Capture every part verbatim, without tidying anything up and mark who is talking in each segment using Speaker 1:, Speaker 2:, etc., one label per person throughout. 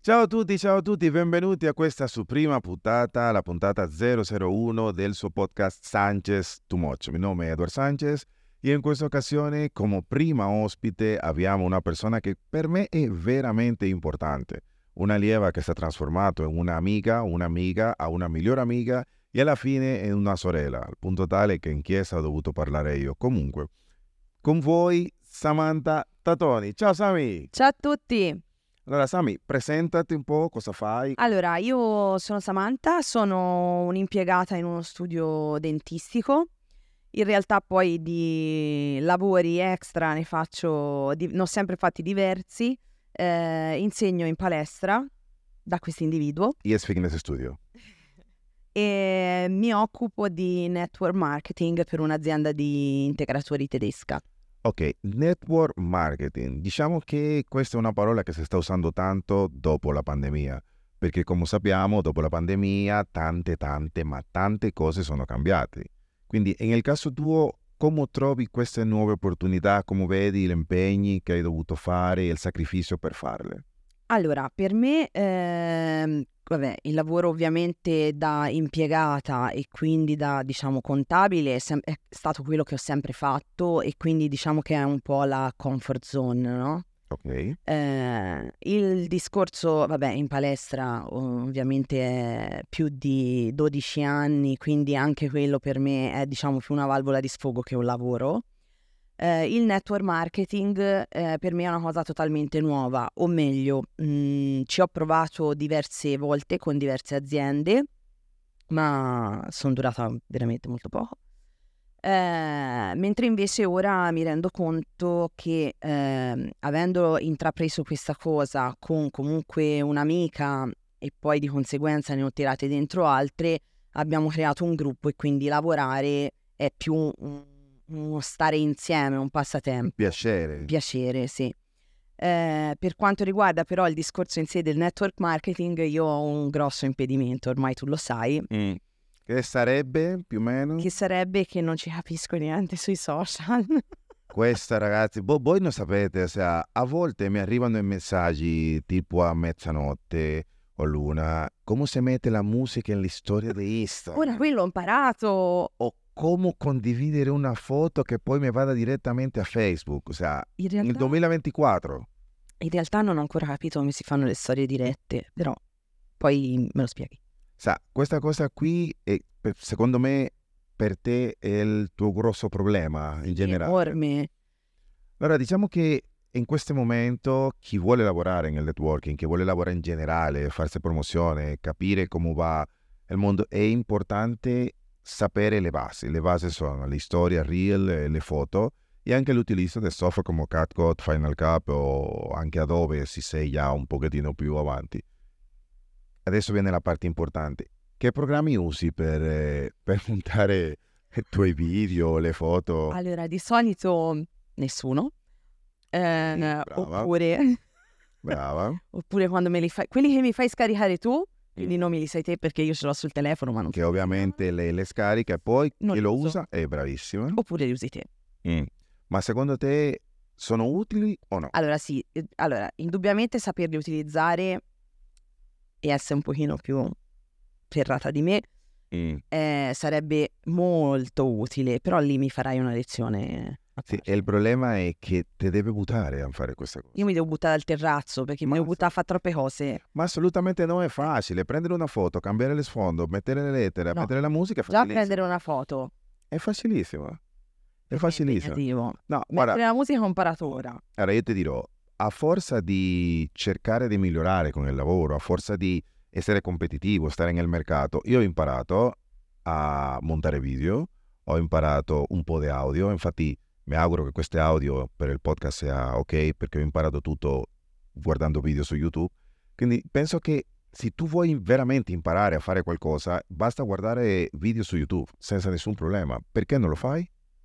Speaker 1: Ciao a tutti, ciao a tutti, benvenuti a questa su prima puntata, la puntata zero zero uno del suo podcast Sanchez Too Much. Mi nome è Edward Sanchez e in questa occasione come prima ospite abbiamo una persona che per me è veramente importante. Una allieva che si è trasformato in un'amica, un'amica a una migliore amica e alla fine in una sorella, al punto tale che in chiesa ho dovuto parlare io. Comunque, con voi Samantha Tatoni. Ciao Sami!
Speaker 2: Ciao a tutti!
Speaker 1: Allora Sami, presentati un po', cosa fai?
Speaker 2: Allora, io sono Samantha, sono un'impiegata in uno studio dentistico. In realtà poi di lavori extra ne faccio, di, ne ho sempre fatti diversi. Eh, insegno in palestra da questo individuo
Speaker 1: Yes Fitness Studio.
Speaker 2: e mi occupo di network marketing per un'azienda di integratori tedesca.
Speaker 1: Ok, network marketing. Diciamo che questa è una parola che si sta usando tanto dopo la pandemia, perché come sappiamo, dopo la pandemia tante, tante, ma tante cose sono cambiate. Quindi nel caso tuo, come trovi queste nuove opportunità? Come vedi gli impegni che hai dovuto fare e il sacrificio per farle?
Speaker 2: Allora, per me, ehm, vabbè, il lavoro ovviamente da impiegata e quindi da, diciamo, contabile è, sem- è stato quello che ho sempre fatto e quindi diciamo che è un po' la comfort zone, no?
Speaker 1: Ok.
Speaker 2: Eh, il discorso, vabbè, in palestra ovviamente è più di dodici anni, quindi anche quello per me è, diciamo, più una valvola di sfogo che un lavoro. Eh, il network marketing eh, per me è una cosa totalmente nuova, o meglio, mh, ci ho provato diverse volte con diverse aziende, ma sono durata veramente molto poco. Eh, mentre invece ora mi rendo conto che eh, avendo intrapreso questa cosa con comunque un'amica e poi di conseguenza ne ho tirate dentro altre, abbiamo creato un gruppo e quindi lavorare è più un uno stare insieme, un passatempo.
Speaker 1: Piacere.
Speaker 2: Piacere, sì. Eh, per quanto riguarda però il discorso in sé del network marketing, io ho un grosso impedimento, ormai tu lo sai,
Speaker 1: Mm. Che sarebbe più o meno?
Speaker 2: che sarebbe che non ci capisco niente sui social.
Speaker 1: Questa ragazzi, vo- voi non sapete, cioè, a volte mi arrivano i messaggi tipo a mezzanotte o l'una, come si mette la musica nella storia di Instagram?
Speaker 2: Ora quello ho imparato.
Speaker 1: O come condividere una foto che poi mi vada direttamente a Facebook, o sea,
Speaker 2: In realtà,
Speaker 1: nel duemilaventiquattro.
Speaker 2: in realtà non ho ancora capito come si fanno le storie dirette, però poi me lo spieghi.
Speaker 1: Sa, questa cosa qui, è, per- secondo me, per te è il tuo grosso problema in generale.
Speaker 2: Enorme.
Speaker 1: Allora, diciamo che in questo momento chi vuole lavorare nel networking, chi vuole lavorare in generale, farsi promozione, capire come va il mondo, è importante sapere le basi. Le basi sono le storie reel, le foto e anche l'utilizzo del software come CapCut, Final Cut o anche Adobe se sei già un pochettino più avanti. Adesso viene la parte importante. Che programmi usi per, eh, per montare i tuoi video, le foto?
Speaker 2: Allora, di solito nessuno. Eh,
Speaker 1: Brava.
Speaker 2: oppure
Speaker 1: Brava.
Speaker 2: oppure quando me li fai, quelli che mi fai scaricare tu, quindi
Speaker 1: Mm.
Speaker 2: non me li sai te perché io ce l'ho sul telefono, ma non
Speaker 1: Che
Speaker 2: so.
Speaker 1: ovviamente le, le scarica e poi
Speaker 2: Non
Speaker 1: chi
Speaker 2: li
Speaker 1: lo
Speaker 2: uso.
Speaker 1: usa è bravissimo.
Speaker 2: Oppure li usi te.
Speaker 1: Mm. Ma secondo te sono utili o no?
Speaker 2: Allora sì, eh, allora, indubbiamente saperli utilizzare e essere un pochino più ferrata di me
Speaker 1: Mm.
Speaker 2: eh, sarebbe molto utile, però lì mi farai una lezione a
Speaker 1: Sì,
Speaker 2: parte.
Speaker 1: e il problema è che ti deve buttare a fare questa cosa.
Speaker 2: Io mi devo buttare dal terrazzo perché mi
Speaker 1: Ma
Speaker 2: devo
Speaker 1: sì.
Speaker 2: buttare a fare troppe cose.
Speaker 1: Ma assolutamente non è facile. Prendere una foto, cambiare lo sfondo, mettere le lettere,
Speaker 2: No.
Speaker 1: mettere la musica è
Speaker 2: Già
Speaker 1: facilissimo.
Speaker 2: prendere una foto
Speaker 1: È facilissimo. È
Speaker 2: è
Speaker 1: facilissimo.
Speaker 2: impegnativo.
Speaker 1: No, guarda,
Speaker 2: Mettere la musica ho imparato ora.
Speaker 1: allora io ti dirò, a forza di cercare di migliorare con il lavoro, a forza di essere competitivo, stare nel mercato, io ho imparato a montare video, ho imparato un po' di audio, infatti mi auguro che questo audio per il podcast sia ok perché ho imparato tutto guardando video su YouTube, quindi penso che se tu vuoi veramente imparare a fare qualcosa, basta guardare video su YouTube senza nessun problema. Perché non lo fai?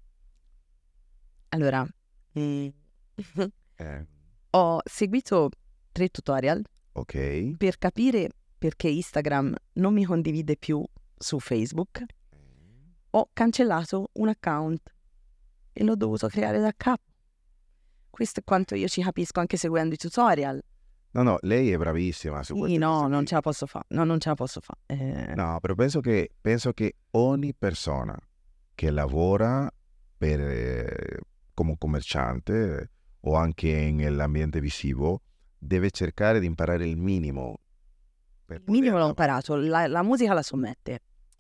Speaker 2: Allora, mm,
Speaker 1: Eh,
Speaker 2: ho seguito tre tutorial
Speaker 1: ok.
Speaker 2: per capire perché Instagram non mi condivide più su Facebook. Ho cancellato un account e l'ho dovuto creare da capo. Questo è quanto io ci capisco anche seguendo i tutorial.
Speaker 1: No, no, lei è bravissima su
Speaker 2: Sì,
Speaker 1: queste
Speaker 2: no,
Speaker 1: cose
Speaker 2: non
Speaker 1: qui.
Speaker 2: ce la posso fare, no, non ce la posso fare. Eh,
Speaker 1: No, però penso che, penso che ogni persona che lavora per, eh, come commerciante o anche nell'ambiente visivo deve cercare di imparare il minimo per
Speaker 2: il minimo l'ho
Speaker 1: poter lavorare.
Speaker 2: imparato, la, la musica la so mettere.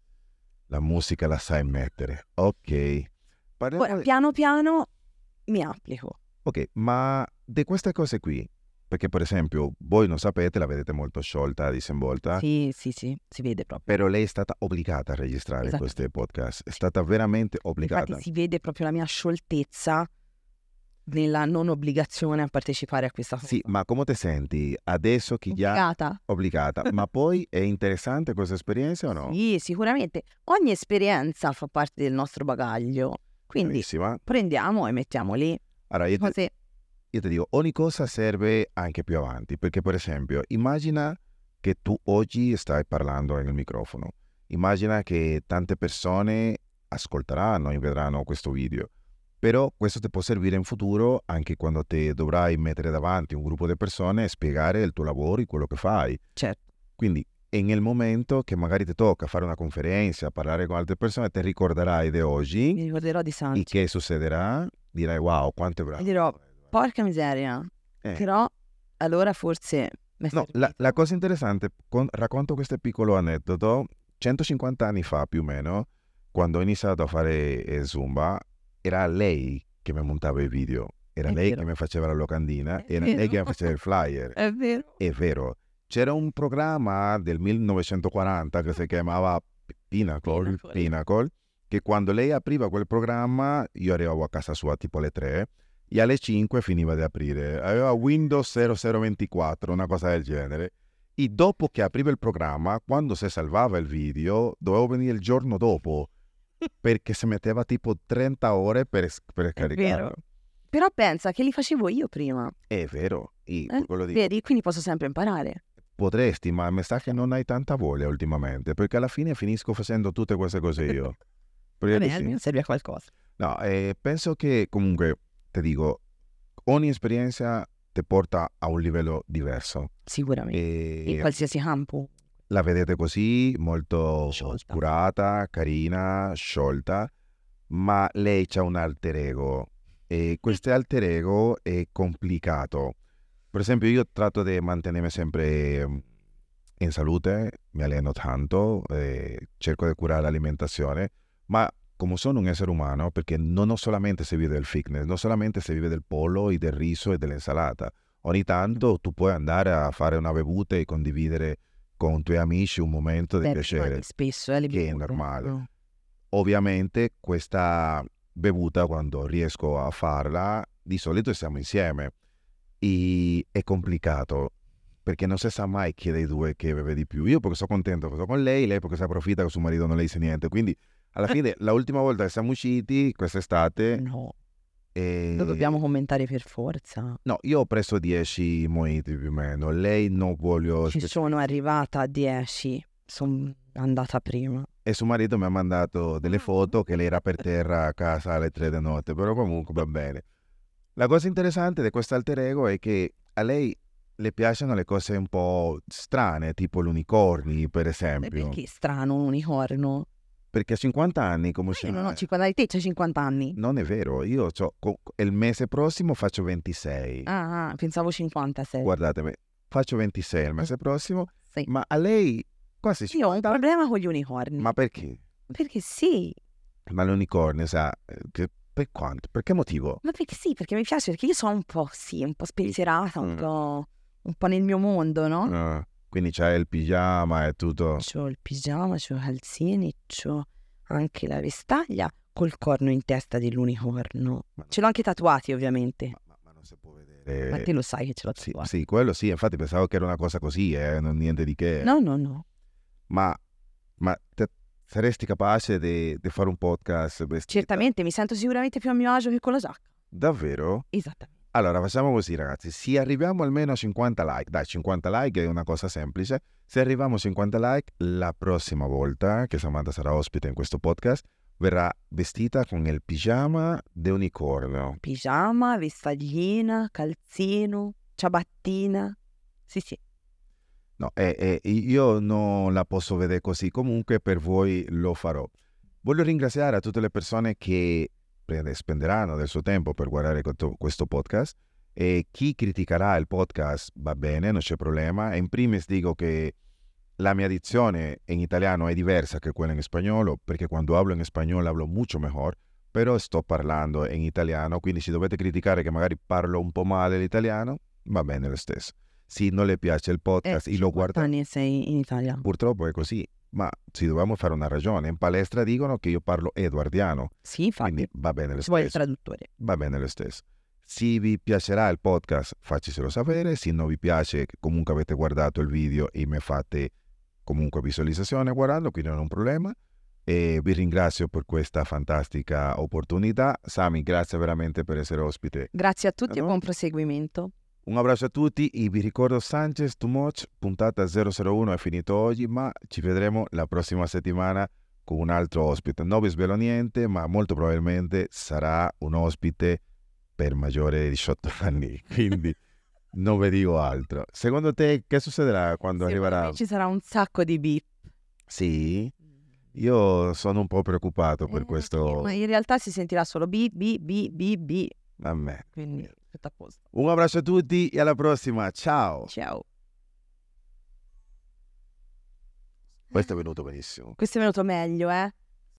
Speaker 1: La musica la sai mettere. Ok. Parliamo
Speaker 2: Ora,
Speaker 1: di...
Speaker 2: piano piano mi applico.
Speaker 1: Ok, ma di queste cose qui, perché per esempio voi non sapete, la vedete molto sciolta, disinvolta,
Speaker 2: Sì, sì, sì, si vede proprio.
Speaker 1: però lei è stata obbligata a registrare questi
Speaker 2: Esattamente.
Speaker 1: podcast, è stata veramente
Speaker 2: Infatti
Speaker 1: obbligata.
Speaker 2: si vede proprio la mia scioltezza nella non obbligazione a partecipare a questa cosa.
Speaker 1: Sì, ma come ti senti adesso che già
Speaker 2: Obbligata?
Speaker 1: obbligata? Ma poi è interessante questa esperienza o no?
Speaker 2: Sì, sicuramente. Ogni esperienza fa parte del nostro bagaglio, quindi
Speaker 1: Bravissima.
Speaker 2: prendiamo e mettiamo lì
Speaker 1: Allora, io ti,
Speaker 2: cose.
Speaker 1: io ti dico, ogni cosa serve anche più avanti, perché per esempio, immagina che tu oggi stai parlando nel microfono, immagina che tante persone ascolteranno e vedranno questo video, però questo ti può servire in futuro anche quando te dovrai mettere davanti un gruppo di persone e spiegare il tuo lavoro e quello che fai.
Speaker 2: Certo,
Speaker 1: Quindi, e nel momento che magari ti tocca fare una conferenza, parlare con altre persone, ti ricorderai di
Speaker 2: mi
Speaker 1: oggi
Speaker 2: ricorderò di
Speaker 1: e
Speaker 2: Sanci
Speaker 1: che succederà, dirai wow, quanto è
Speaker 2: e
Speaker 1: bravo.
Speaker 2: dirò, porca miseria,
Speaker 1: Eh.
Speaker 2: però allora forse mi è
Speaker 1: No, la,
Speaker 2: servito.
Speaker 1: la cosa interessante, con- racconto questo piccolo aneddoto, centocinquanta anni fa più o meno, quando ho iniziato a fare eh, Zumba, era lei che mi montava i video, era
Speaker 2: È
Speaker 1: lei
Speaker 2: vero.
Speaker 1: che mi faceva la locandina,
Speaker 2: È
Speaker 1: era lei
Speaker 2: vero.
Speaker 1: che mi faceva il flyer.
Speaker 2: È vero.
Speaker 1: È vero, c'era un programma del millenovecentoquaranta che si chiamava Pinnacle,
Speaker 2: Pinnacle.
Speaker 1: Pinnacle, che quando lei apriva quel programma, io arrivavo a casa sua tipo alle tre e alle cinque finiva di aprire. Aveva Windows zero zero ventiquattro, una cosa del genere. E dopo che apriva il programma, quando si salvava il video, dovevo venire il giorno dopo, perché si metteva tipo trenta ore per, per
Speaker 2: È
Speaker 1: caricarlo.
Speaker 2: vero. Però pensa che li facevo io prima.
Speaker 1: È vero, e
Speaker 2: Eh?
Speaker 1: quello dico,
Speaker 2: Vedi, quindi posso sempre imparare.
Speaker 1: potresti, ma mi sa che non hai tanta voglia ultimamente, perché alla fine finisco facendo tutte queste cose io. Perché
Speaker 2: Vabbè,
Speaker 1: sì.
Speaker 2: almeno serve a qualcosa.
Speaker 1: No, eh, penso che comunque, ti dico, ogni esperienza ti porta a un livello diverso.
Speaker 2: Sicuramente. In
Speaker 1: E
Speaker 2: qualsiasi campo.
Speaker 1: la vedete così, molto
Speaker 2: Sciolta.
Speaker 1: curata, carina, sciolta, ma lei c'ha un alter ego e questo alter ego è complicato. Per esempio, io tratto di mantenermi sempre mm, in salute, mi alleno tanto, eh, cerco di curare l'alimentazione, ma come sono un essere umano, perché non ho solamente se vive del fitness, non solamente se vive del pollo e del riso e dell'insalata. Ogni tanto tu puoi andare a fare una bevuta e condividere con i tuoi amici un momento di
Speaker 2: Beh,
Speaker 1: piacere,
Speaker 2: rimani spesso, eh, le
Speaker 1: che è
Speaker 2: bevute.
Speaker 1: normale.
Speaker 2: Mm.
Speaker 1: Ovviamente questa bevuta, quando riesco a farla, di solito siamo insieme e è complicato perché non si sa mai chi dei due che beve di più. Io perché sono contento che sono con lei, lei perché si approfitta che suo marito non le dice niente. Quindi alla fine la ultima volta che siamo usciti quest'estate
Speaker 2: No,
Speaker 1: eh,
Speaker 2: lo dobbiamo commentare per forza.
Speaker 1: no, io ho preso dieci mojiti più o meno, lei non voglio
Speaker 2: Ci
Speaker 1: spec-
Speaker 2: sono arrivata a dieci, sono andata prima.
Speaker 1: e suo marito mi ha mandato delle foto che lei era per terra a casa alle tre di notte, però comunque va bene. La cosa interessante di questo alter ego è che a lei le piacciono le cose un po' strane, tipo gli unicorni, per
Speaker 2: E
Speaker 1: esempio.
Speaker 2: perché è strano un unicorno?
Speaker 1: Perché a cinquanta anni, come
Speaker 2: Ma
Speaker 1: si
Speaker 2: io non ho cinquanta anni, te c'hai cinquanta anni?
Speaker 1: Non è vero, io c'ho- co- il mese prossimo faccio ventisei.
Speaker 2: Ah, ah, pensavo cinquantasei.
Speaker 1: Guardatemi, faccio ventisei il mese prossimo,
Speaker 2: Sì.
Speaker 1: ma a lei quasi
Speaker 2: Io ho un
Speaker 1: cinquanta.
Speaker 2: problema con gli unicorni.
Speaker 1: Ma perché?
Speaker 2: Perché sì,
Speaker 1: Ma l'unicornio, sa, eh, che- per quanto? Per che motivo?
Speaker 2: ma perché sì, perché mi piace, perché io sono un po' sì, un po' spensierata, un
Speaker 1: Mm.
Speaker 2: po', un po' nel mio mondo, no?
Speaker 1: Ah, quindi c'hai il pigiama e tutto.
Speaker 2: C'ho il pigiama, c'ho i calzini, c'ho anche la vestaglia col corno in testa dell'unicorno.
Speaker 1: Ma,
Speaker 2: Ce l'ho anche tatuati, ovviamente.
Speaker 1: ma- ma- ma non si può vedere.
Speaker 2: Ma te lo sai che ce l'ho
Speaker 1: Sì,
Speaker 2: tatuati.
Speaker 1: sì, quello sì, infatti pensavo che era una cosa così, eh, non niente di che.
Speaker 2: No, no, no.
Speaker 1: Ma, ma te- saresti capace di di fare un podcast vestita?
Speaker 2: Certamente, mi sento sicuramente più a mio agio che con la giacca.
Speaker 1: Davvero?
Speaker 2: Esattamente.
Speaker 1: Allora, facciamo così, ragazzi. Se arriviamo almeno a cinquanta like, dai, cinquanta like è una cosa semplice. Se arriviamo a cinquanta like, la prossima volta che Samantha sarà ospite in questo podcast, verrà vestita con il pigiama di unicorno.
Speaker 2: Pigiama, vestaglina, calzino, ciabattina. Sì, sì.
Speaker 1: No, eh, eh, io non la posso vedere così, comunque per voi lo farò. Voglio ringraziare a tutte le persone che prende- spenderanno del suo tempo per guardare questo, questo podcast, e chi criticherà il podcast va bene, non c'è problema. E in primis dico che la mia dizione in italiano è diversa che quella in spagnolo, perché quando hablo in spagnolo hablo mucho mejor, però sto parlando in italiano, quindi se dovete criticare che magari parlo un po' male l'italiano, va bene lo stesso. Se non le piace il
Speaker 2: E
Speaker 1: podcast e lo
Speaker 2: cinquanta
Speaker 1: guarda,
Speaker 2: anni sei in Italia.
Speaker 1: purtroppo è così, ma ci dobbiamo fare una ragione. In palestra dicono che io parlo edoardiano,
Speaker 2: Sì,
Speaker 1: quindi
Speaker 2: infatti.
Speaker 1: va bene lo
Speaker 2: Ci vuole il
Speaker 1: stesso.
Speaker 2: traduttore.
Speaker 1: Va bene lo stesso. Se vi piacerà il podcast, faccelo sapere. Se non vi piace, comunque avete guardato il video e mi fate comunque visualizzazione guardando, quindi non è un problema. E vi ringrazio per questa fantastica opportunità. Sami, grazie veramente per essere ospite.
Speaker 2: Grazie a tutti e
Speaker 1: No?
Speaker 2: buon proseguimento.
Speaker 1: Un abbraccio a tutti e vi ricordo Sanchez Too Much, puntata zero zero uno è finito oggi, ma ci vedremo la prossima settimana con un altro ospite. Non vi svelo niente, ma molto probabilmente sarà un ospite per maggiore di diciotto anni, quindi non vi dico altro. Secondo te che succederà quando
Speaker 2: Secondo
Speaker 1: arriverà?
Speaker 2: me ci sarà un sacco di beep.
Speaker 1: Sì? Io sono un po' preoccupato per
Speaker 2: Eh,
Speaker 1: questo.
Speaker 2: Ma in realtà si sentirà solo beep, beep, beep, beep, beep.
Speaker 1: A me.
Speaker 2: Quindi tutto a posto.
Speaker 1: Un abbraccio a tutti e alla prossima. Ciao.
Speaker 2: Ciao.
Speaker 1: Questo è venuto benissimo.
Speaker 2: Questo è venuto meglio, eh?